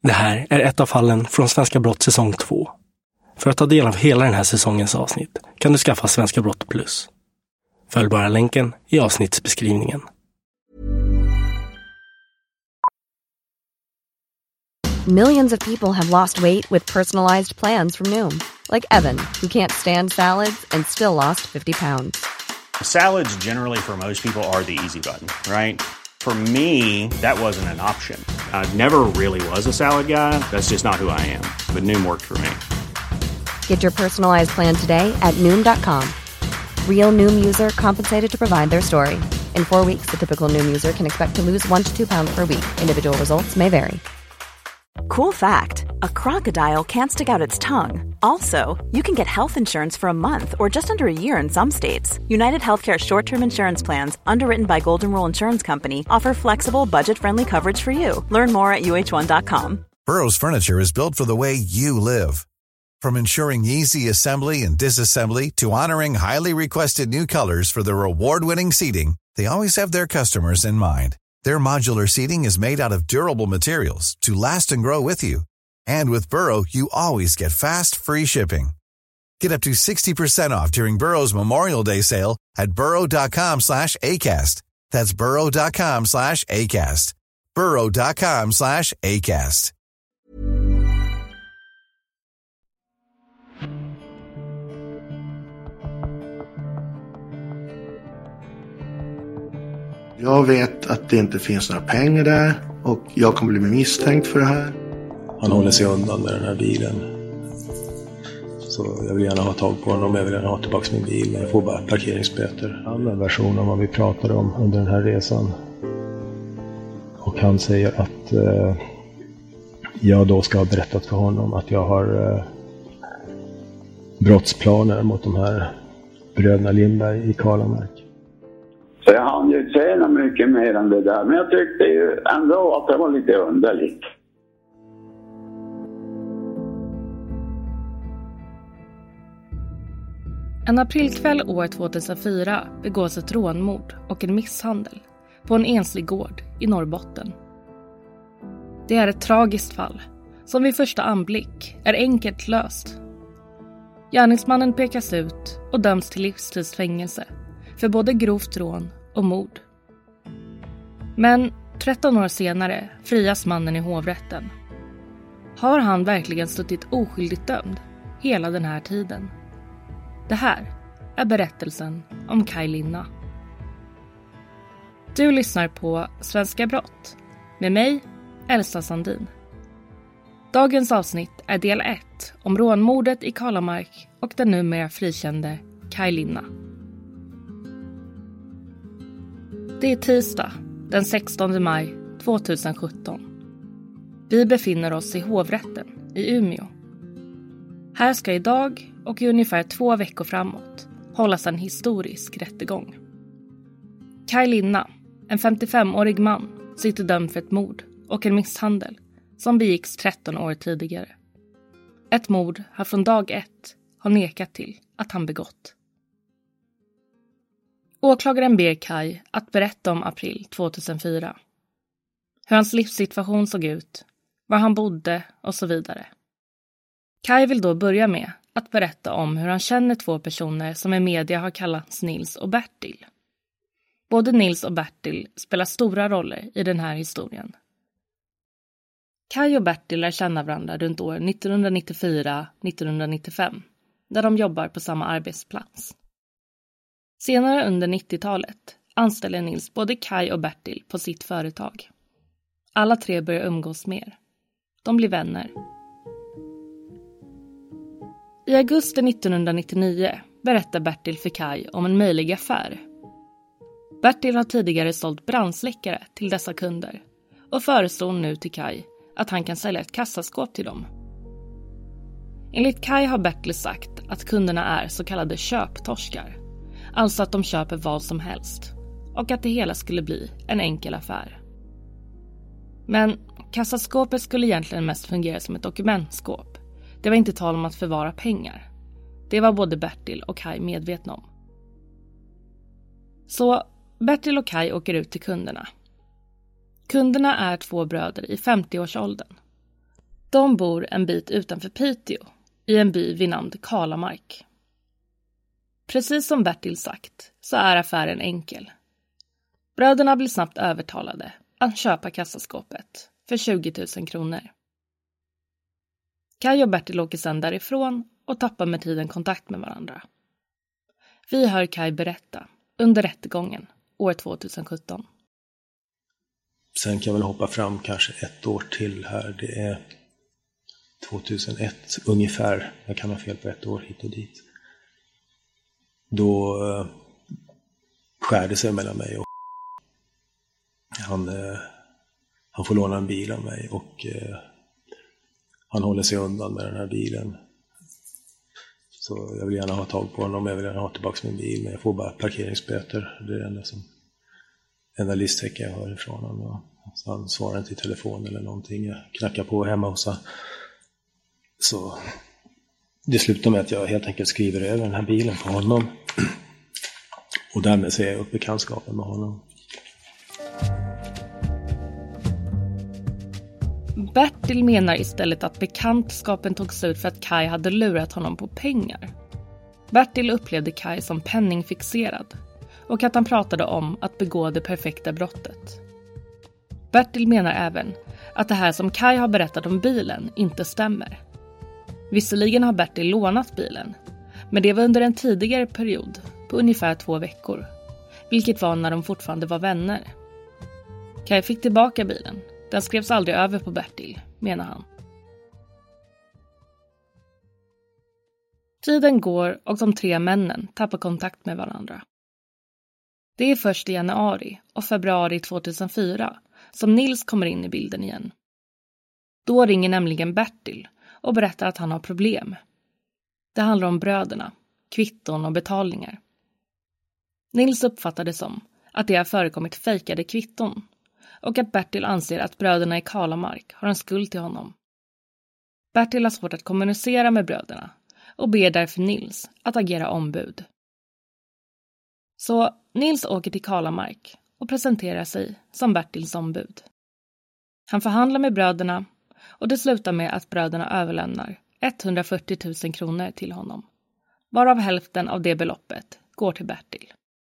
Det här är ett av fallen från Svenska Brott säsong 2. För att ta del av hela den här säsongens avsnitt kan du skaffa Svenska Brott Plus. Följ bara länken i avsnittsbeskrivningen. Millions of people have lost weight with personalized plans from Noom. Like Evan, who can't stand salads and still lost 50 pounds. Salads generally for most people are the easy button, right? For me, that wasn't an option. I never really was a salad guy. That's just not who I am. But Noom worked for me. Get your personalized plan today at Noom.com. Real Noom user compensated to provide their story. In 4 weeks, the typical Noom user can expect to lose 1 to 2 pounds per week. Individual results may vary. Cool fact, a crocodile can't stick out its tongue. Also, you can get health insurance for a month or just under a year in some states. United Healthcare short-term insurance plans, underwritten by Golden Rule Insurance Company, offer flexible, budget-friendly coverage for you. Learn more at uh1.com. Burrow's furniture is built for the way you live. From ensuring easy assembly and disassembly to honoring highly requested new colors for their award-winning seating, they always have their customers in mind. Their modular seating is made out of durable materials to last and grow with you. And with Burrow, you always get fast, free shipping. Get up to 60% off during Burrow's Memorial Day sale at burrow.com/ACAST. That's burrow.com/ACAST. burrow.com/ACAST. Jag vet att det inte finns några pengar där och jag kommer bli misstänkt för det här. Han håller sig undan med den här bilen. Så jag vill gärna ha tag på honom, jag vill gärna ha tillbaka min bil. Jag får bara parkeringsböter. Annan version av vad vi pratade om under den här resan. Och han säger att jag då ska ha berättat för honom att jag har brottsplaner mot de här bröderna Lindberg i Kalamark. Så jag hann ju säga mycket mer än det där. Men jag tyckte ju ändå att det var lite underligt. En aprilkväll år 2004 begås ett rånmord och en misshandel på en enslig gård i Norrbotten. Det är ett tragiskt fall som vid första anblick är enkelt löst. Gärningsmannen pekas ut och döms till livstidsfängelse för både grovt rån och mord. Men 13 år senare frias mannen i hovrätten. Har han verkligen suttit oskyldigt dömd hela den här tiden? Det här är berättelsen om Kaj Linna. Du lyssnar på Svenska Brott med mig, Elsa Sandin. Dagens avsnitt är del 1 om rånmordet i Kalamark och den numera frikände Kaj Linna. Det är tisdag, den 16 maj 2017. Vi befinner oss i hovrätten i Umeå. Här ska idag och i ungefär 2 veckor framåt hållas en historisk rättegång. Kaj Linna, en 55-årig man, sitter dömd för ett mord och en misshandel som begicks 13 år tidigare. Ett mord han från dag 1 har nekat till att han begått. Åklagaren ber Kaj att berätta om april 2004. Hur hans livssituation såg ut, var han bodde och så vidare. Kaj vill då börja med att berätta om hur han känner 2 personer som i media har kallats Nils och Bertil. Både Nils och Bertil spelar stora roller i den här historien. Kaj och Bertil lär känna varandra runt år 1994-1995, där de jobbar på samma arbetsplats. Senare under 90-talet anställer Nils både Kaj och Bertil på sitt företag. Alla 3 börjar umgås mer. De blir vänner. I augusti 1999 berättar Bertil för Kaj om en möjlig affär. Bertil har tidigare sålt brandsläckare till dessa kunder och föreslår nu till Kaj att han kan sälja ett kassaskåp till dem. Enligt Kaj har Bertil sagt att kunderna är så kallade köptorskar, alltså att de köper vad som helst, och att det hela skulle bli en enkel affär. Men kassaskåpet skulle egentligen mest fungera som ett dokumentskåp. Det var inte tal om att förvara pengar. Det var både Bertil och Kaj medvetna om. Så Bertil och Kaj åker ut till kunderna. Kunderna är 2 bröder i 50-årsåldern. De bor en bit utanför Piteå, i en by vid namn Kalamark. Precis som Bertil sagt så är affären enkel. Bröderna blir snabbt övertalade att köpa kassaskåpet för 20 000 kronor. Kaj och Bertil åker sedan därifrån och tappar med tiden kontakt med varandra. Vi hör Kaj berätta under rättegången år 2017. Sen kan jag väl hoppa fram kanske 1 år till här. Det är 2001 ungefär. Jag kan ha fel på 1 år hit och dit. Då skär det sig mellan mig och han får låna en bil av mig och han håller sig undan med den här bilen. Så jag vill gärna ha tag på honom, jag vill gärna ha tillbaka min bil, men jag får bara parkeringsböter. Det är det enda listtäcke jag hör ifrån honom. Så han svarar inte i telefon eller någonting. Jag knackar på hemma hos honom. Så det slutar med att jag helt enkelt skriver över den här bilen på honom. Och därmed ser jag upp bekantskapen med honom. Bertil menar istället att bekantskapen togs ut för att Kaj hade lurat honom på pengar. Bertil upplevde Kaj som penningfixerad och att han pratade om att begå det perfekta brottet. Bertil menar även att det här som Kaj har berättat om bilen inte stämmer. Visserligen har Bertil lånat bilen, men det var under en tidigare period på ungefär 2 veckor, vilket var när de fortfarande var vänner. Kaj fick tillbaka bilen. Den skrevs aldrig över på Bertil, menar han. Tiden går och de 3 männen tappar kontakt med varandra. Det är först i januari och februari 2004 som Nils kommer in i bilden igen. Då ringer nämligen Bertil och berättar att han har problem. Det handlar om bröderna, kvitton och betalningar. Nils uppfattar det som att det har förekommit fejkade kvitton och att Bertil anser att bröderna i Kalamark har en skuld till honom. Bertil har svårt att kommunicera med bröderna och ber därför Nils att agera ombud. Så Nils åker till Kalamark och presenterar sig som Bertils ombud. Han förhandlar med bröderna och det slutar med att bröderna överlämnar 140 000 kronor till honom, varav hälften av det beloppet går till Bertil.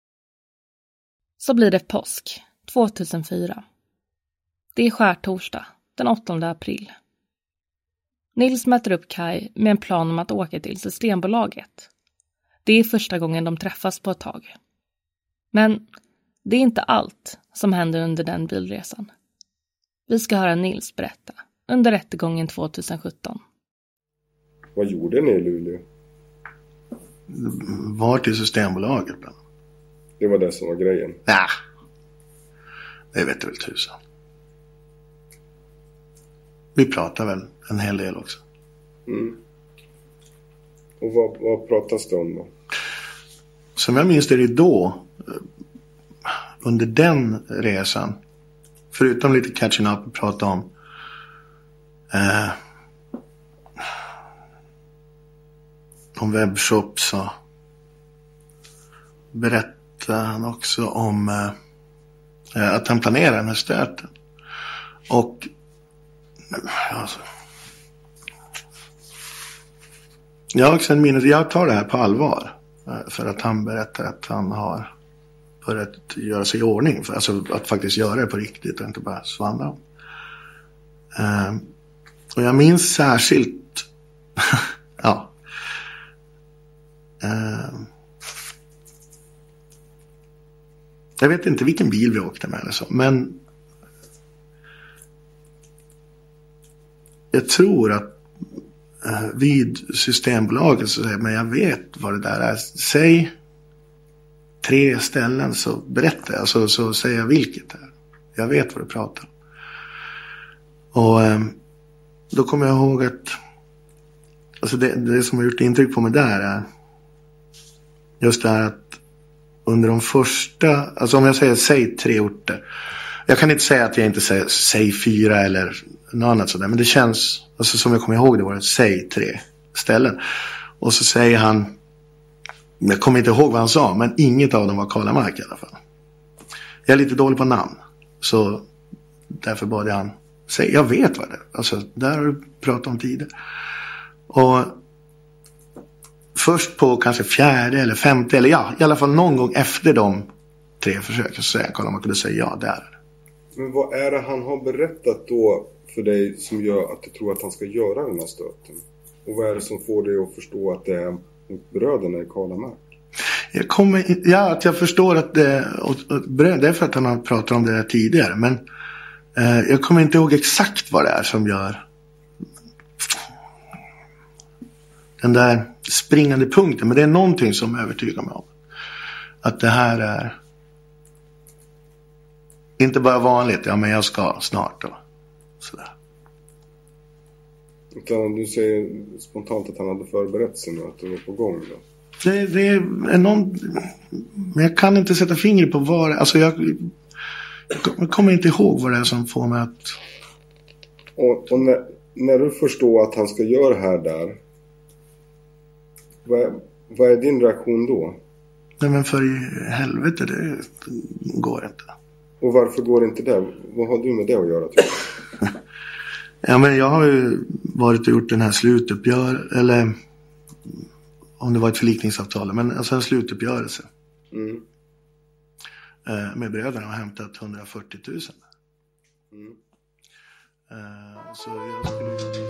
Så blir det påsk 2004. Det är skärtorsdag den 8 april. Nils möter upp Kaj med en plan om att åka till Systembolaget. Det är första gången de träffas på ett tag. Men det är inte allt som händer under den bilresan. Vi ska höra Nils berätta under rättegången 2017. Vad gjorde ni i Luleå? Var till Systembolaget. Det var det som var grejen? Nej, det vet du väl tusan. Vi pratar väl en hel del också. Mm. Och vad pratas det om då? Som jag minns det då, under den resan, förutom lite catching up och prata om webbshop, så berättade han också om att han planerar den här stöten. Och alltså, jag har också en minne, jag tar det här på allvar för att han berättar att han har börjat göra sig i ordning, för, alltså att faktiskt göra det på riktigt och inte bara svamla. Och jag minns särskilt ja jag vet inte vilken bil vi åkte med eller så, men jag tror att vid Systembolaget så säger men jag vet vad det där är. Säg 3 ställen så berättar jag, så säger jag vilket det är. Jag vet vad du pratar om. Och då kommer jag ihåg att alltså det som har gjort intryck på mig där är just det här att under de första, alltså om jag säg 3 orter. Jag kan inte säga att jag inte säger 4 eller något annat sådär, men det känns, alltså som jag kommer ihåg det var det, säg 3 ställen. Och så säger han, jag kommer inte ihåg vad han sa, men inget av dem var Kalamark i alla fall. Jag är lite dålig på namn, så därför bad jag han säger, jag vet vad det är. Alltså, där har du pratat om tidigare. Och först på kanske 4:e eller 5:e, eller ja, i alla fall någon gång efter de 3 försöken så säger jag, man kunde säga ja, där. Men vad är det han har berättat då för dig som gör att du tror att han ska göra den här stöten? Och vad är det som får dig att förstå att det är mot bröderna i Kalamark? Att jag förstår att det är för att han har pratat om det här tidigare. Men jag kommer inte ihåg exakt vad det är som gör den där springande punkten. Men det är någonting som övertygar mig om att det här är inte bara vanligt. Ja, men jag ska snart och sådär. Utan du säger spontant att han hade förberett sig nu, att du var på gång då. Det är någon, men jag kan inte sätta fingret på vad det är. Alltså jag kommer inte ihåg vad det är som får mig att... Och när du förstår att han ska göra det här där, vad är din reaktion då? Nej, men för i helvete, det går inte. Och varför går det inte det? Vad har du med det att göra, typ? Ja, men jag har ju varit och gjort den här slutuppgörelsen, eller om det var ett förlikningsavtal, men alltså en slutuppgörelse med bröderna och hämtat 140 000. Så jag skulle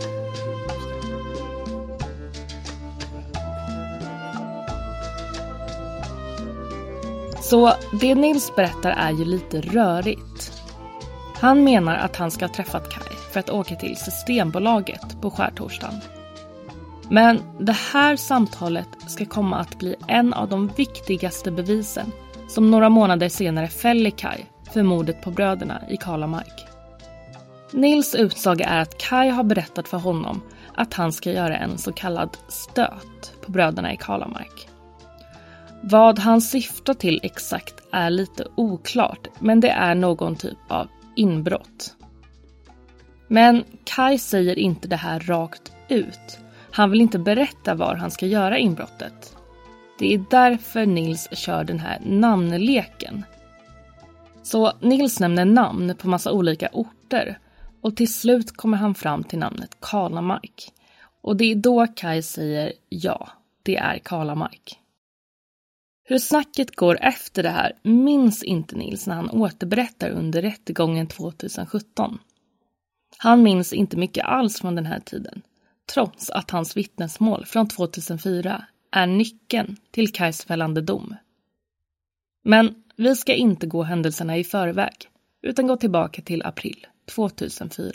Så det Nils berättar är ju lite rörigt. Han menar att han ska ha träffat Kaj för att åka till Systembolaget på skärtorsdagen. Men det här samtalet ska komma att bli en av de viktigaste bevisen som några månader senare fäller Kaj för mordet på bröderna i Kalamark. Nils utsaga är att Kaj har berättat för honom att han ska göra en så kallad stöt på bröderna i Kalamark. Vad han syftar till exakt är lite oklart, men det är någon typ av inbrott. Men Kaj säger inte det här rakt ut. Han vill inte berätta var han ska göra inbrottet. Det är därför Nils kör den här namnleken. Så Nils nämner namn på massa olika orter och till slut kommer han fram till namnet Kalamark. Och det är då Kaj säger ja, det är Kalamark. Hur snacket går efter det här minns inte Nils när han återberättar under rättegången 2017. Han minns inte mycket alls från den här tiden, trots att hans vittnesmål från 2004 är nyckeln till Kajs fällande dom. Men vi ska inte gå händelserna i förväg, utan gå tillbaka till april 2004.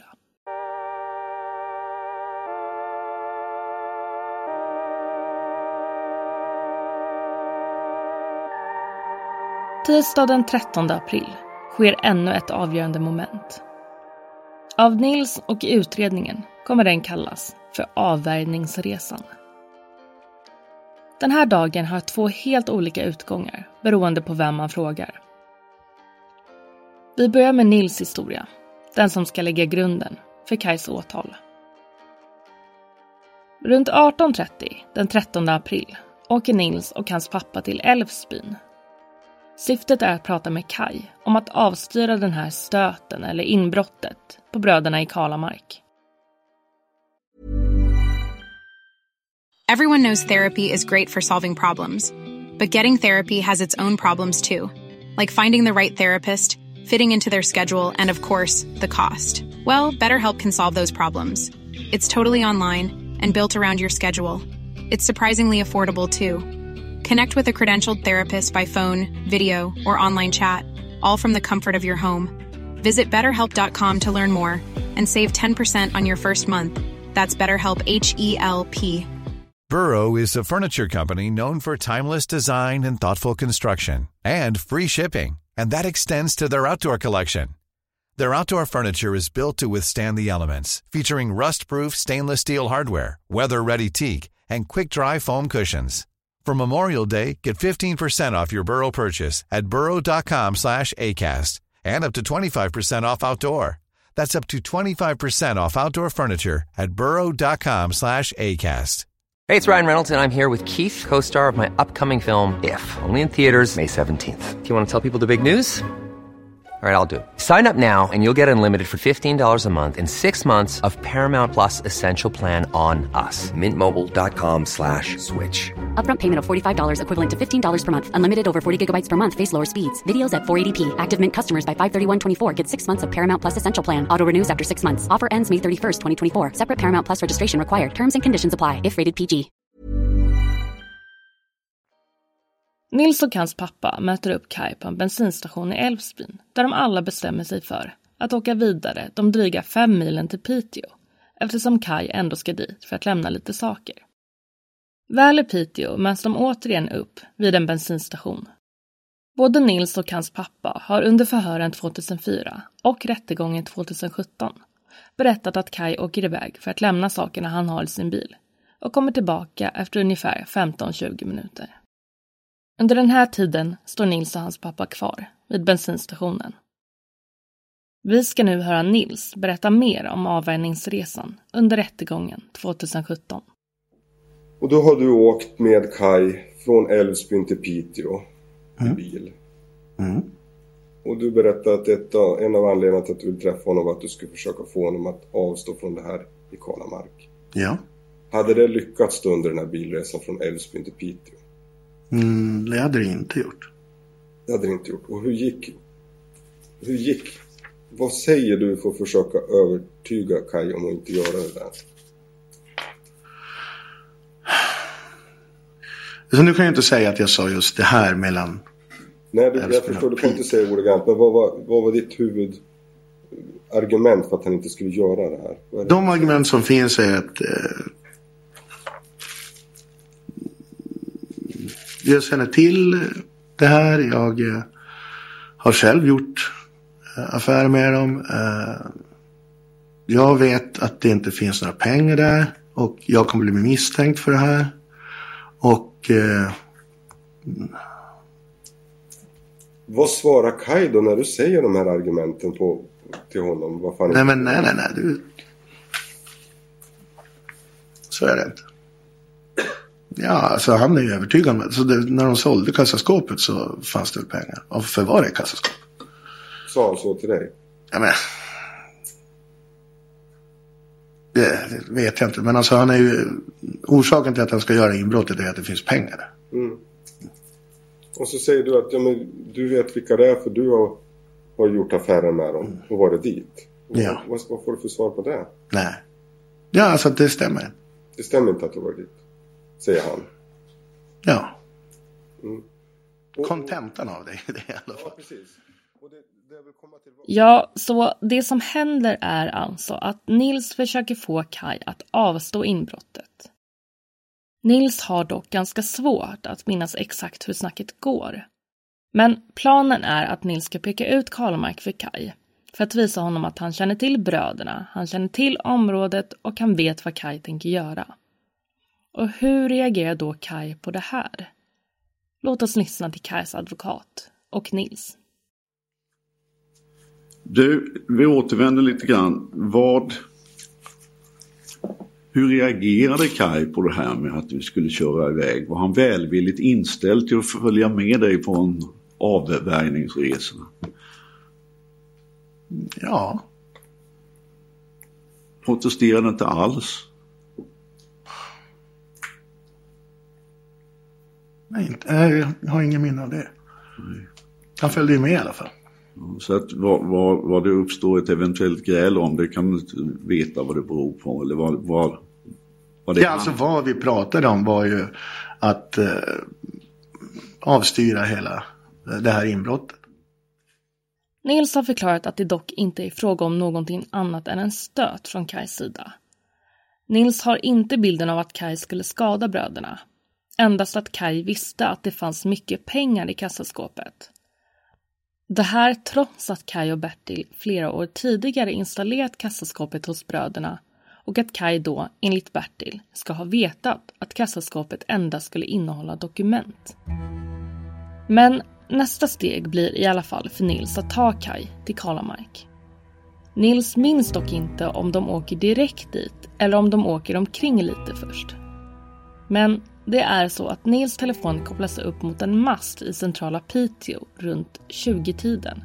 Tisdag den 13 april sker ännu ett avgörande moment. Av Nils och utredningen kommer den kallas för avvärjningsresan. Den här dagen har 2 helt olika utgångar beroende på vem man frågar. Vi börjar med Nils historia, den som ska lägga grunden för Kajs åtal. Runt 18:30 den 13 april åker Nils och hans pappa till Älvsbyn. Syftet är att prata med Kaj om att avstyra den här stöten eller inbrottet på bröderna i Kalamark. Everyone knows therapy is great for solving problems. But getting therapy has its own problems too. Like finding the right therapist, fitting into their schedule, and of course, the cost. Well, BetterHelp can solve those problems. It's totally online and built around your schedule. It's surprisingly affordable too. Connect with a credentialed therapist by phone, video, or online chat, all from the comfort of your home. Visit BetterHelp.com to learn more and save 10% on your first month. That's BetterHelp, H-E-L-P. Burrow is a furniture company known for timeless design and thoughtful construction, and free shipping, and that extends to their outdoor collection. Their outdoor furniture is built to withstand the elements, featuring rust-proof stainless steel hardware, weather-ready teak, and quick-dry foam cushions. For Memorial Day, get 15% off your Burrow purchase at burrow.com/ACAST and up to 25% off outdoor. That's up to 25% off outdoor furniture at burrow.com/ACAST. Hey, it's Ryan Reynolds, and I'm here with Keith, co-star of my upcoming film, If, only in theaters May 17th. Do you want to tell people the big news? All right, I'll do it. Sign up now and you'll get unlimited for $15 a month and 6 months of Paramount Plus Essential Plan on us. MintMobile.com/switch. Upfront payment of $45 equivalent to $15 per month. Unlimited over 40 gigabytes per month. Face lower speeds. Videos at 480p. Active Mint customers by 531.24 get 6 months of Paramount Plus Essential Plan. Auto renews after 6 months. Offer ends May 31st, 2024. Separate Paramount Plus registration required. Terms and conditions apply if rated PG. Nils och hans pappa möter upp Kai på en bensinstation i Älvsbyn där de alla bestämmer sig för att åka vidare de dryga 5 milen till Piteå eftersom Kai ändå ska dit för att lämna lite saker. Väl i Piteå möts de återigen upp vid en bensinstation. Både Nils och hans pappa har under förhören 2004 och rättegången 2017 berättat att Kai åker iväg för att lämna sakerna han har i sin bil och kommer tillbaka efter ungefär 15-20 minuter. Under den här tiden står Nils och hans pappa kvar vid bensinstationen. Vi ska nu höra Nils berätta mer om avvärjningsresan under rättegången 2017. Och då har du åkt med Kai från Älvsbyn till Piteå i bil. Och du berättade att en av anledningarna till att du vill träffa honom var att du skulle försöka få honom att avstå från det här i Kalamark. Ja. Hade det lyckats då under den här bilresan från Älvsbyn till Piteå? Det hade det inte gjort. Det hade det inte gjort. Och hur gick? Vad säger du för att försöka övertyga Kai om att inte göra det där? Så nu kan jag inte säga att jag sa just det här mellan... Nej, jag förstår, du kan inte säga ordagrant. Men vad var ditt huvudargument för att han inte skulle göra det här? De argument som finns är att... jag känner till det här. Jag har själv gjort affärer med dem. Jag vet att det inte finns några pengar där. Och jag kommer bli misstänkt för det här. Och... vad svarar Kai då när du säger de här argumenten till honom? Vad fan nej. Du... Så är det inte. Ja, alltså han är ju övertygad med. Så när de sålde kassaskåpet så fanns det pengar. Och för vad är kassaskåpet? Sa han så till dig? Ja, men... det vet jag inte. Men alltså han är ju... orsaken till att han ska göra inbrottet är att det finns pengar där. Och så säger du att du vet vilka det är för du har gjort affärer med dem. Och var det dit? Ja. Vad får du för svar på det? Nej. Ja, alltså det stämmer. Det stämmer inte att du var dit, säger han. Ja. Kontentan av det i alla fall. Ja, precis. Ja, så det som händer är alltså att Nils försöker få Kai att avstå inbrottet. Nils har dock ganska svårt att minnas exakt hur snacket går. Men planen är att Nils ska peka ut Kalamark för Kai för att visa honom att han känner till bröderna, han känner till området och han vet vad Kai tänker göra. Och hur reagerar då Kai på det här? Låt oss lyssna till Kais advokat och Nils. Du, vi återvänder lite grann. Hur reagerade Kai på det här med att vi skulle köra iväg? Var han välvilligt inställd till att följa med dig på en avvärjningsresa? Ja. Protesterade inte alls? Nej, jag har ingen minne av det. Nej. Han följde ju med i alla fall. Så att vad det uppstår ett eventuellt gräl om, det kan man inte veta vad det beror på. Eller vad det ja, alltså vad vi pratade om var ju att avstyra hela det här inbrottet. Nils har förklarat att det dock inte är fråga om någonting annat än en stöt från Kais sida. Nils har inte bilden av att Kai skulle skada bröderna. Endast att Kai visste att det fanns mycket pengar i kassaskåpet. Det här trots att Kai och Bertil flera år tidigare installerat kassaskåpet hos bröderna och att Kai då, enligt Bertil, ska ha vetat att kassaskåpet endast skulle innehålla dokument. Men nästa steg blir i alla fall för Nils att ta Kai till Kalamark. Nils minns dock inte om de åker direkt dit eller om de åker omkring lite först. Men det är så att Nils telefon kopplas upp mot en mast i centrala Piteå runt 20-tiden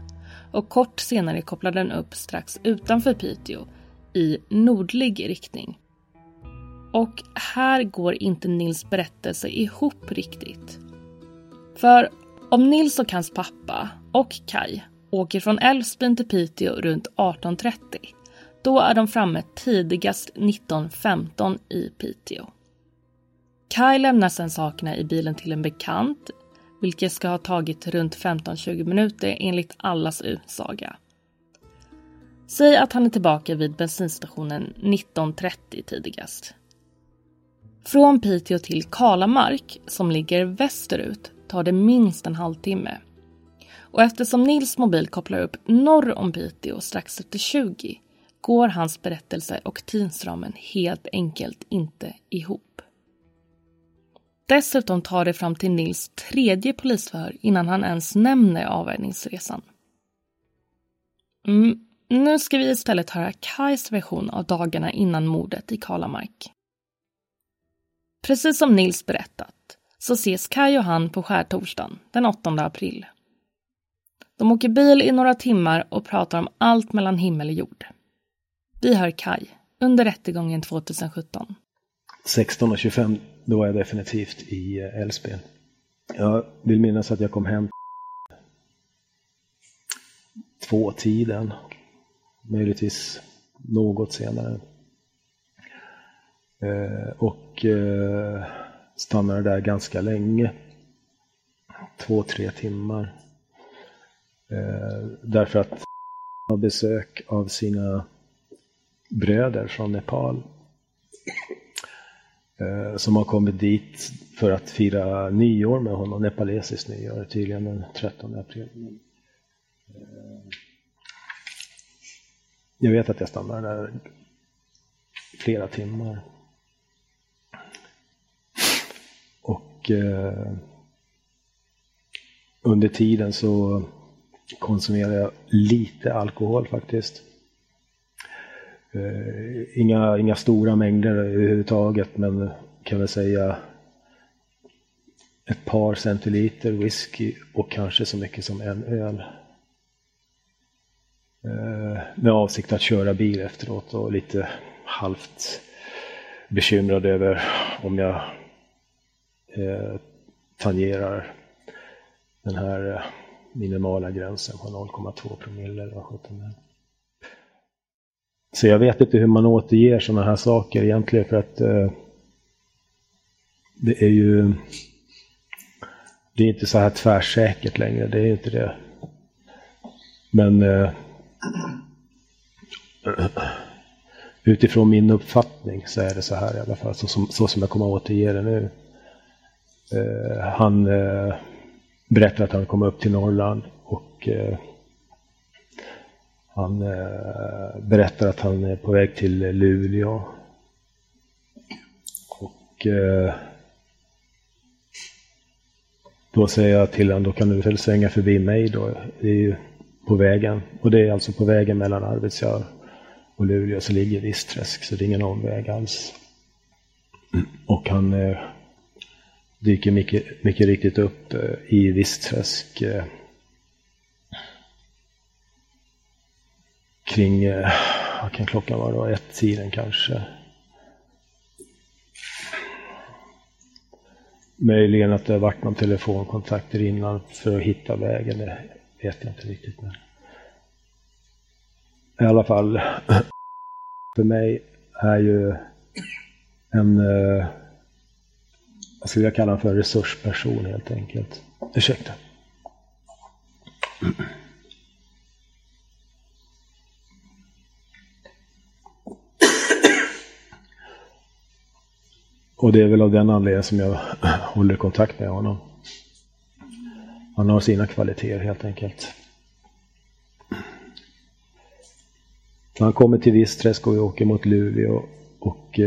och kort senare kopplar den upp strax utanför Piteå i nordlig riktning. Och här går inte Nils berättelse ihop riktigt. För om Nils och hans pappa och Kaj åker från Älvsbyn till Piteå runt 18:30, då är de framme tidigast 19:15 i Piteå. Kaj lämnar sedan sakerna i bilen till en bekant, vilket ska ha tagit runt 15-20 minuter enligt allas utsaga. Säg att han är tillbaka vid bensinstationen 19:30 tidigast. Från Piteå till Kalamark, som ligger västerut, tar det minst en halvtimme. Och eftersom Nils mobil kopplar upp norr om Piteå strax efter 20, går hans berättelse och tidsramen helt enkelt inte ihop. Dessutom tar det fram till Nils tredje polisförhör innan han ens nämner avvägningsresan. Nu ska vi istället höra Kajs version av dagarna innan mordet i Kalamark. Precis som Nils berättat så ses Kaj och han på skärtorsdagen den 8 april. De åker bil i några timmar och pratar om allt mellan himmel och jord. Vi hör Kaj under rättegången 2017. 16:25, då var jag definitivt i Älvsbyn. Jag vill minnas att jag kom hem 2-tiden, möjligtvis något senare. Och stannade där ganska länge, 2-3 timmar. Därför att jag har besök av sina bröder från Nepal som har kommit dit för att fira nyår med honom, nepalesiskt nyår, tydligen den 13 april. Jag vet att jag stannade där flera timmar. Och under tiden så konsumerar jag lite alkohol faktiskt. Inga stora mängder överhuvudtaget, men kan väl säga ett par centiliter whisky och kanske så mycket som en öl. Med avsikt att köra bil efteråt och lite halvt bekymrad över om jag tangerar den här minimala gränsen på 0,2 promille eller vad 17 är. Så jag vet inte hur man återger sådana här saker egentligen, för att det är inte så här tvärsäkert längre, det är inte det. Men utifrån min uppfattning så är det så här i alla fall, så som jag kommer att återge det nu. Han berättar att han kommer upp till Norrland och han berättar att han är på väg till Luleå. Och då säger jag till honom, då kan du väl svänga förbi mig då. Det är ju på vägen. Och det är alltså på vägen mellan Arvidsjaur och Luleå, så ligger Vissträsk, så det är ingen omväg alls. Och han dyker mycket riktigt upp i Vissträsk kring, vad kan klockan vara då, 1-tiden kanske. Möjligen att det har varit någon telefonkontakter innan för att hitta vägen, det vet jag inte riktigt. Men i alla fall, för mig är ju en, vad skulle jag kalla för, resursperson helt enkelt. Ursäkta. Och det är väl av den anledningen som jag håller kontakt med honom. Han har sina kvaliteter helt enkelt. Han kommer till Vissträsk och vi åker mot Luleå och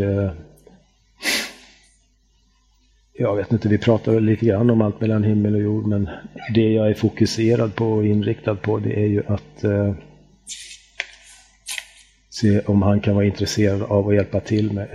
jag vet inte, vi pratar lite grann om allt mellan himmel och jord, men det jag är fokuserad på och inriktad på, det är ju att se om han kan vara intresserad av att hjälpa till med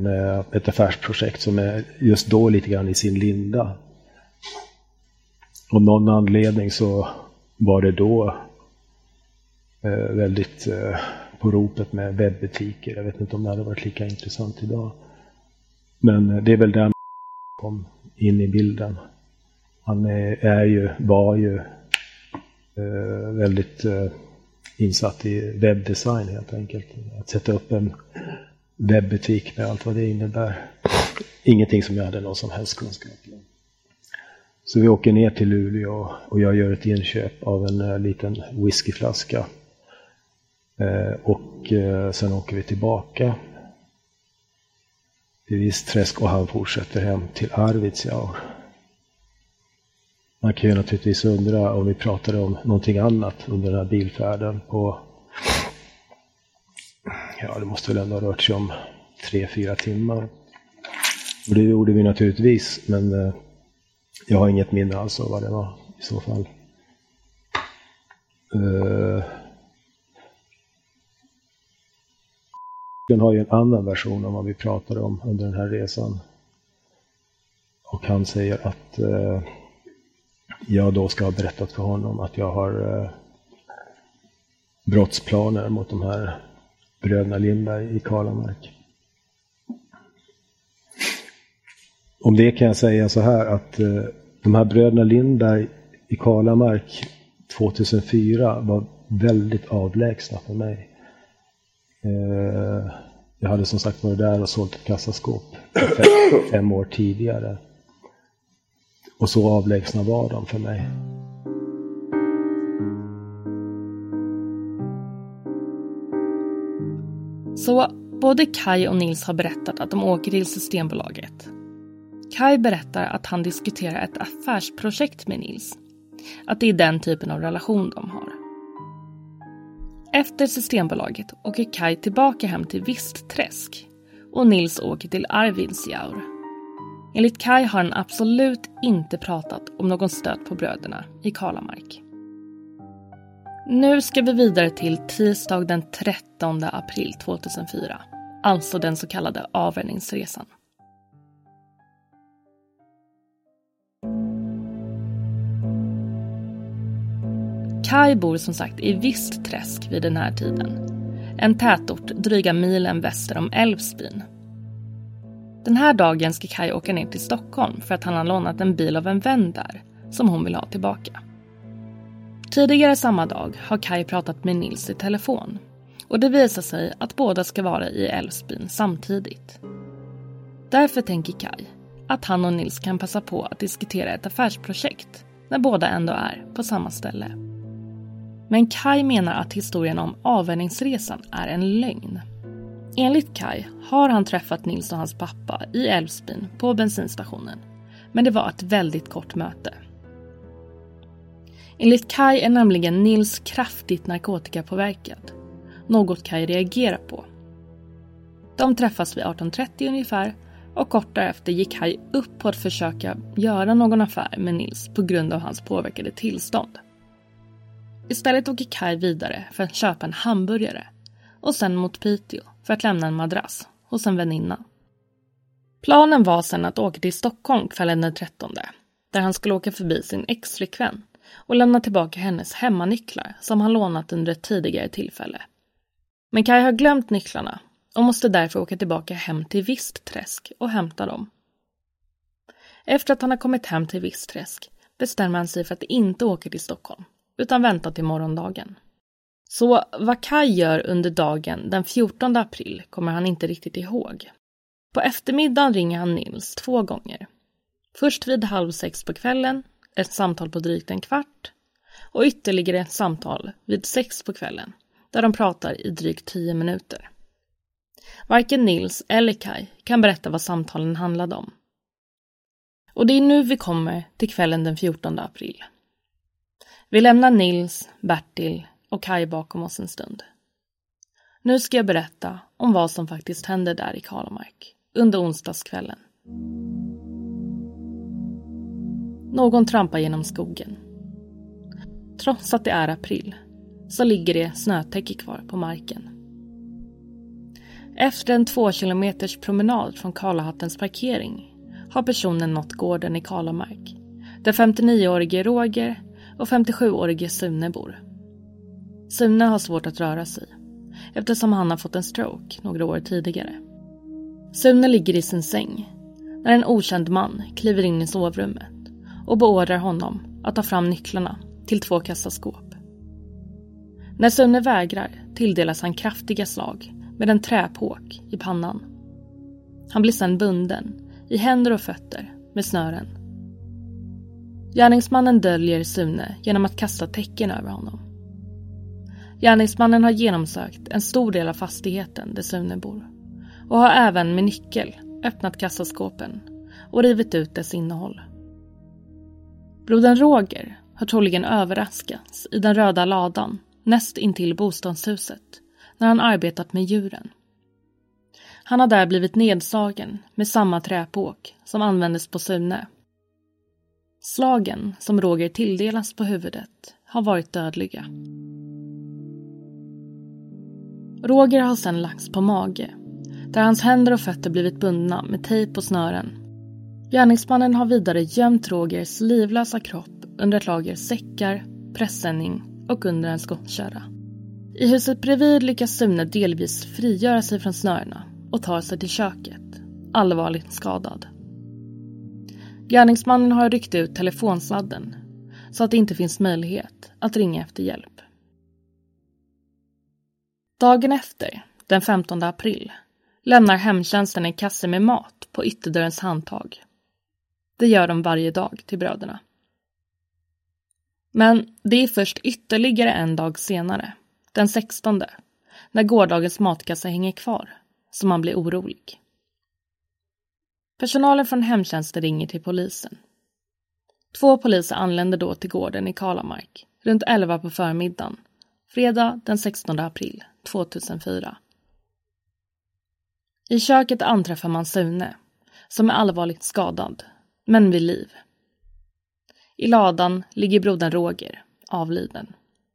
ett affärsprojekt som är just då lite grann i sin linda. av någon anledning så var det då väldigt på ropet med webbutiker. Jag vet inte om det hade varit lika intressant idag. Men det är väl där man kom in i bilden. Han var ju väldigt insatt i webbdesign helt enkelt. Att sätta upp en webbutik med allt vad det innebär. Ingenting som jag hade någon som helst kunskap om. Så vi åker ner till Luleå och jag gör ett inköp av en liten whiskyflaska. Och sen åker vi tillbaka till Vistträsk och han fortsätter hem till Arvidsjaur. Man kan ju naturligtvis undra om vi pratade om någonting annat under den här bilfärden på, ja, det måste väl ändå ha rört sig om 3-4 timmar. Och det gjorde vi naturligtvis, men jag har inget minne alls av vad det var i så fall. Den har ju en annan version om vad vi pratade om under den här resan. Och han säger att jag då ska ha berättat för honom att jag har brottsplaner mot de här bröderna Lindberg i Kalamark. Om det kan jag säga så här att de här bröderna Lindberg i Kalamark 2004 var väldigt avlägsna för mig. Jag hade som sagt varit där och sålt ett kassaskåp 5 år tidigare. Och så avlägsna var de för mig. Så både Kaj och Nils har berättat att de åker till Systembolaget. Kaj berättar att han diskuterar ett affärsprojekt med Nils. Att det är den typen av relation de har. Efter Systembolaget åker Kaj tillbaka hem till Vistträsk och Nils åker till Arvidsjaur. Enligt Kaj har han absolut inte pratat om någon stöt på bröderna i Kalamark. Nu ska vi vidare till tisdag den 13 april 2004, alltså den så kallade avvärjningsresan. Kaj bor som sagt i Vistträsk vid den här tiden. En tätort dryga milen väster om Älvsbyn. Den här dagen ska Kaj åka ner till Stockholm för att han har lånat en bil av en vän där som hon vill ha tillbaka. Tidigare samma dag har Kaj pratat med Nils i telefon och det visar sig att båda ska vara i Älvsbyn samtidigt. Därför tänker Kaj att han och Nils kan passa på att diskutera ett affärsprojekt när båda ändå är på samma ställe. Men Kaj menar att historien om avvärjningsresan är en lögn. Enligt Kaj har han träffat Nils och hans pappa i Älvsbyn på bensinstationen. Men det var ett väldigt kort möte. Enligt Kaj är nämligen Nils kraftigt narkotikapåverkad. Något Kaj reagerar på. De träffas vid 18:30 ungefär och kort därefter gick Kaj upp på att försöka göra någon affär med Nils på grund av hans påverkade tillstånd. Istället åker Kaj vidare för att köpa en hamburgare och sen mot Piteå för att lämna en madrass hos en väninna. Planen var sen att åka till Stockholm kvällen den 13, där han skulle åka förbi sin ex-flickvän och lämna tillbaka hennes hemmanycklar som han lånat under ett tidigare tillfälle. Men Kaj har glömt nycklarna och måste därför åka tillbaka hem till Vistträsk och hämta dem. Efter att han har kommit hem till Vistträsk bestämmer han sig för att inte åka till Stockholm utan vänta till morgondagen. Så vad Kaj gör under dagen den 14 april kommer han inte riktigt ihåg. På eftermiddagen ringer han Nils 2 gånger. Först vid 5:30 på kvällen, ett samtal på drygt en kvart och ytterligare ett samtal vid 6 på kvällen där de pratar i drygt 10 minuter. Varken Nils eller Kaj kan berätta vad samtalen handlade om. Och det är nu vi kommer till kvällen den 14 april. Vi lämnar Nils, Bertil och Kaj bakom oss en stund. Nu ska jag berätta om vad som faktiskt hände där i Kalamark under onsdagskvällen. Någon trampar genom skogen. Trots att det är april så ligger det snötäcke kvar på marken. Efter en 2 kilometers promenad från Karlahattens parkering har personen nått gården i Kalamark, där 59-årige Roger och 57-årige Sune bor. Sune har svårt att röra sig eftersom han har fått en stroke några år tidigare. Sune ligger i sin säng när en okänd man kliver in i sovrummet och beordrar honom att ta fram nycklarna till 2 kassaskåp. När Sune vägrar tilldelas han kraftiga slag med en träpåk i pannan. Han blir sedan bunden i händer och fötter med snören. Gärningsmannen döljer Sune genom att kasta täcken över honom. Gärningsmannen har genomsökt en stor del av fastigheten där Sune bor och har även med nyckel öppnat kassaskåpen och rivit ut dess innehåll. Brodern Roger har troligen överraskats i den röda ladan näst intill bostadshuset när han arbetat med djuren. Han har där blivit nedslagen med samma träpåk som användes på Sune. Slagen som Roger tilldelas på huvudet har varit dödliga. Roger har sedan lagts på mage, där hans händer och fötter blivit bundna med tejp och snören. Gärningsmannen har vidare gömt Rogers livlösa kropp under ett lager säckar, pressändning och under en skottkärra. I huset bredvid lyckas Sune delvis frigöra sig från snörena och tar sig till köket, allvarligt skadad. Gärningsmannen har ryckt ut telefonsladden så att det inte finns möjlighet att ringa efter hjälp. Dagen efter, den 15 april, lämnar hemtjänsten en kasse med mat på ytterdörrens handtag. Det gör de varje dag till bröderna. Men det är först ytterligare en dag senare, den 16, när gårdagens matkasse hänger kvar, som man blir orolig. Personalen från hemtjänsten ringer till polisen. 2 poliser anländer då till gården i Kalamark runt 11 på förmiddagen, fredag den 16 april 2004. I köket anträffar man Sune, som är allvarligt skadad, men vid liv. I ladan ligger brodern Roger, avliden.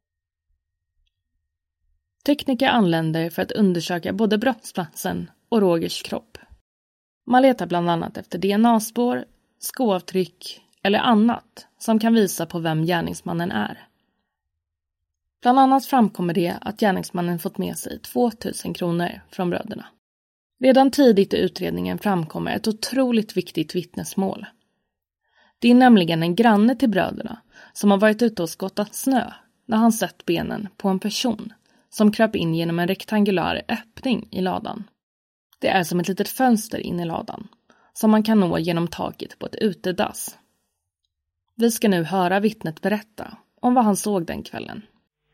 Tekniker anländer för att undersöka både brottsplatsen och Rogers kropp. Man letar bland annat efter DNA-spår, skoavtryck eller annat som kan visa på vem gärningsmannen är. Bland annat framkommer det att gärningsmannen fått med sig 2000 kronor från bröderna. Redan tidigt i utredningen framkommer ett otroligt viktigt vittnesmål. Det är nämligen en granne till bröderna som har varit ute och skottat snö när han sett benen på en person som kröp in genom en rektangulär öppning i ladan. Det är som ett litet fönster in i ladan som man kan nå genom taket på ett utedass. Vi ska nu höra vittnet berätta om vad han såg den kvällen.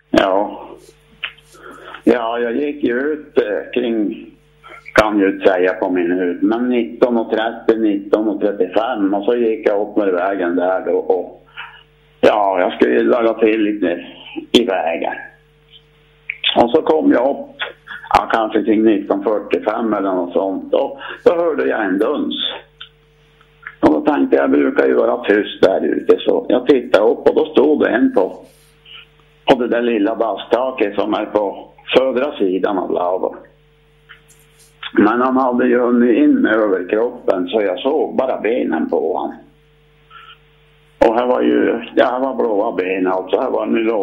Ja, jag gick ju ut kring, kan ju inte säga på minut, men 19.30, 19.35 och så gick jag upp med vägen där då och ja, jag skulle laga till lite i vägen. Och så kom jag upp, kanske kring 19.45 eller något sånt, och då hörde jag en duns. Och då tänkte jag brukar ju vara tyst där ute, så jag tittade upp och då stod det en på det där lilla dasstaket som är på södra sidan av ladan. Men han hade ju hunnit in med överkroppen så jag såg bara benen på honom. Och här var blåa ben, alltså här var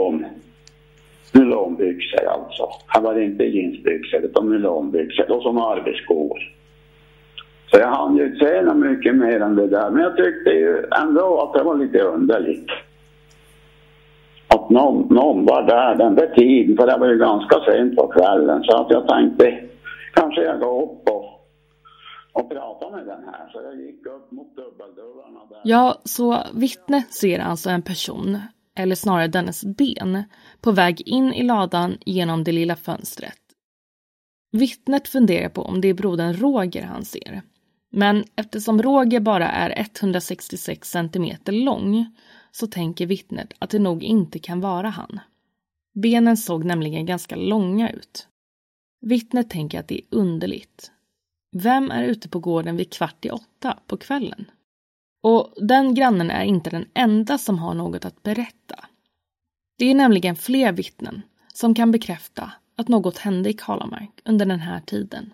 nylonbyxor alltså. Här var det inte jeansbyxor utan nylonbyxor och som arbetsskor. Så jag hann ju inte säga mycket mer än det där, men jag tyckte ju ändå att det var lite underligt. Att någon var där den där tiden, för det var ju ganska sent på kvällen, så att jag tänkte kanske jag går upp och pratar med den här. Så jag gick upp mot dubbeldörrarna där. Ja, så vittnet ser alltså en person, eller snarare dennes ben, på väg in i ladan genom det lilla fönstret. Vittnet funderar på om det är brodern Roger han ser. Men eftersom Roger bara är 166 cm lång så tänker vittnet att det nog inte kan vara han. Benen såg nämligen ganska långa ut. Vittnet tänker att det är underligt. Vem är ute på gården vid 7:15 på kvällen? Och den grannen är inte den enda som har något att berätta. Det är nämligen fler vittnen som kan bekräfta att något hände i Kalamark under den här tiden.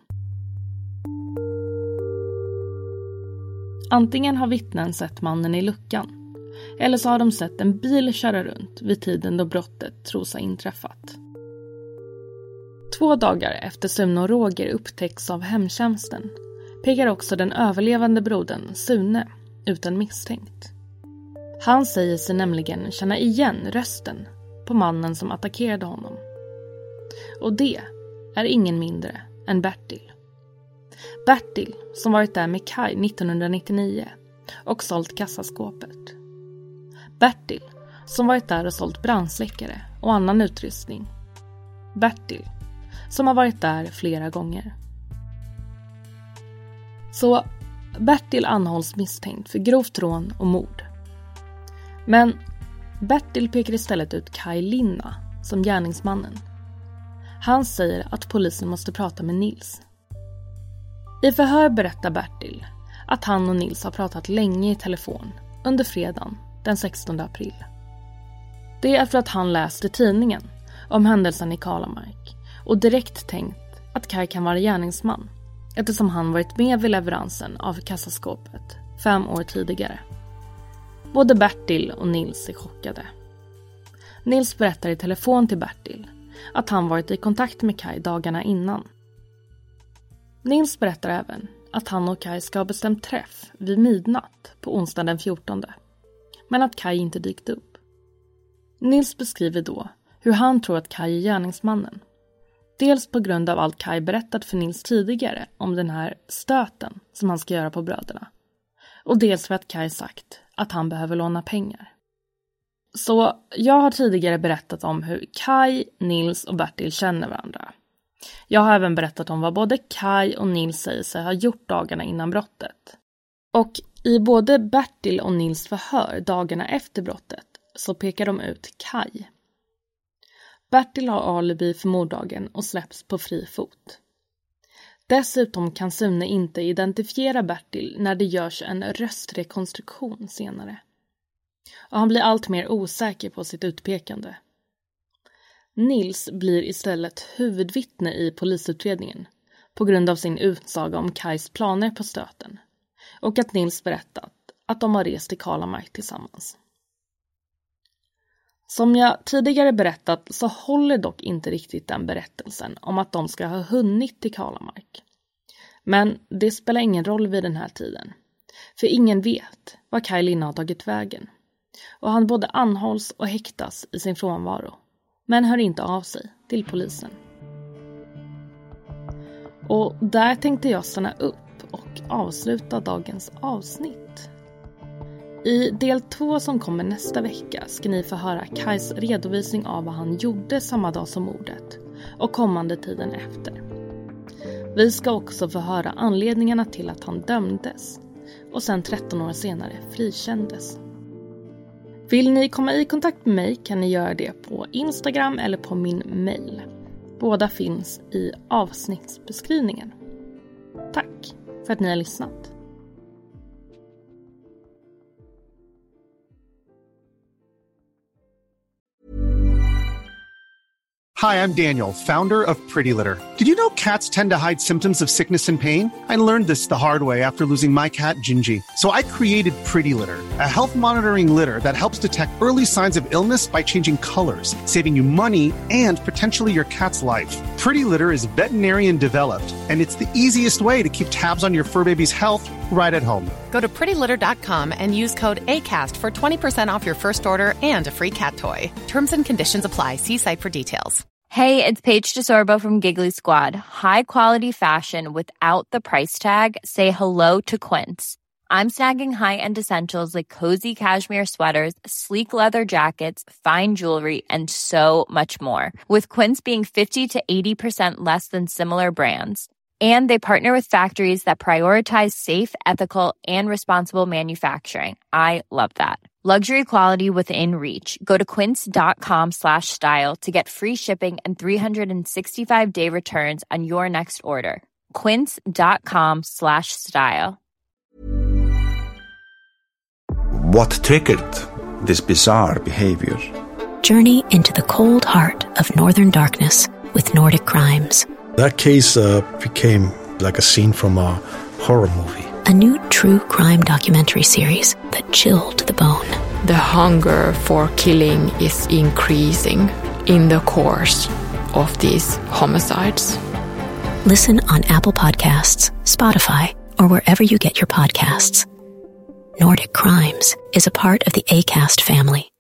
Antingen har vittnen sett mannen i luckan, Eller så har de sett en bil köra runt vid tiden då brottet tros ha inträffat. 2 dagar efter Sune och Roger upptäcks av hemtjänsten pekar också den överlevande brodern Sune ut en misstänkt. Han säger sig nämligen känna igen rösten på mannen som attackerade honom. Och det är ingen mindre än Bertil. Bertil som varit där med Kaj 1999 och sålt kassaskåpet. Bertil som varit där och sålt brandsläckare och annan utrustning. Bertil som har varit där flera gånger. Så Bertil anhålls misstänkt för grovt rån och mord. Men Bertil pekar istället ut Kaj Linna som gärningsmannen. Han säger att polisen måste prata med Nils. I förhör berättar Bertil att han och Nils har pratat länge i telefon under fredagen den 16 april. Det är för att han läste tidningen om händelsen i Kalamark och direkt tänkt att Kaj kan vara gärningsman eftersom han varit med vid leveransen av kassaskåpet 5 år tidigare. Både Bertil och Nils är chockade. Nils berättar i telefon till Bertil att han varit i kontakt med Kaj dagarna innan. Nils berättar även att han och Kaj ska ha bestämt träff vid midnatt på onsdag den 14. Men att Kaj inte dykt upp. Nils beskriver då hur han tror att Kaj är gärningsmannen. Dels på grund av allt Kaj berättat för Nils tidigare om den här stöten som han ska göra på bröderna. Och dels för att Kaj sagt att han behöver låna pengar. Så jag har tidigare berättat om hur Kaj, Nils och Bertil känner varandra. Jag har även berättat om vad både Kaj och Nils säger sig ha gjort dagarna innan brottet. Och i både Bertil och Nils förhör dagarna efter brottet så pekar de ut Kaj. Bertil har alibi för morddagen och släpps på fri fot. Dessutom kan Sune inte identifiera Bertil när det görs en röstrekonstruktion senare. Och han blir allt mer osäker på sitt utpekande. Nils blir istället huvudvittne i polisutredningen på grund av sin utsaga om Kajs planer på stöten och att Nils berättat att de har rest till Kalamark tillsammans. Som jag tidigare berättat så håller dock inte riktigt den berättelsen om att de ska ha hunnit till Kalamark. Men det spelar ingen roll vid den här tiden, för ingen vet var Kaj Linna har tagit vägen. Och han både anhålls och häktas i sin frånvaro, men hör inte av sig till polisen. Och där tänkte jag stanna upp och avsluta dagens avsnitt. I del 2 som kommer nästa vecka ska ni få höra Kajs redovisning av vad han gjorde samma dag som mordet och kommande tiden efter. Vi ska också få höra anledningarna till att han dömdes och sen 13 år senare frikändes. Vill ni komma i kontakt med mig kan ni göra det på Instagram eller på min mail. Båda finns i avsnittsbeskrivningen. Tack för att ni har lyssnat. Hi, I'm Daniel, founder of Pretty Litter. Did you know cats tend to hide symptoms of sickness and pain? I learned this the hard way after losing my cat, Gingy. So I created Pretty Litter, a health monitoring litter that helps detect early signs of illness by changing colors, saving you money and potentially your cat's life. Pretty Litter is veterinarian developed, and it's the easiest way to keep tabs on your fur baby's health right at home. Go to prettylitter.com and use code ACAST for 20% off your first order and a free cat toy. Terms and conditions apply. See site for details. Hey, it's Paige DeSorbo from Giggly Squad. High quality fashion without the price tag. Say hello to Quince. I'm snagging high-end essentials like cozy cashmere sweaters, sleek leather jackets, fine jewelry, and so much more. With Quince being 50 to 80% less than similar brands. And they partner with factories that prioritize safe, ethical, and responsible manufacturing. I love that. Luxury quality within reach. Go to quince.com/style to get free shipping and 365-day returns on your next order. Quince.com/style. What triggered this bizarre behavior? Journey into the cold heart of Northern Darkness with Nordic Crimes. That case became like a scene from a horror movie. A new true crime documentary series that chilled to the bone. the hunger for killing is increasing in the course of these homicides. Listen on Apple Podcasts, Spotify, or wherever you get your podcasts. Nordic Crimes is a part of the Acast family.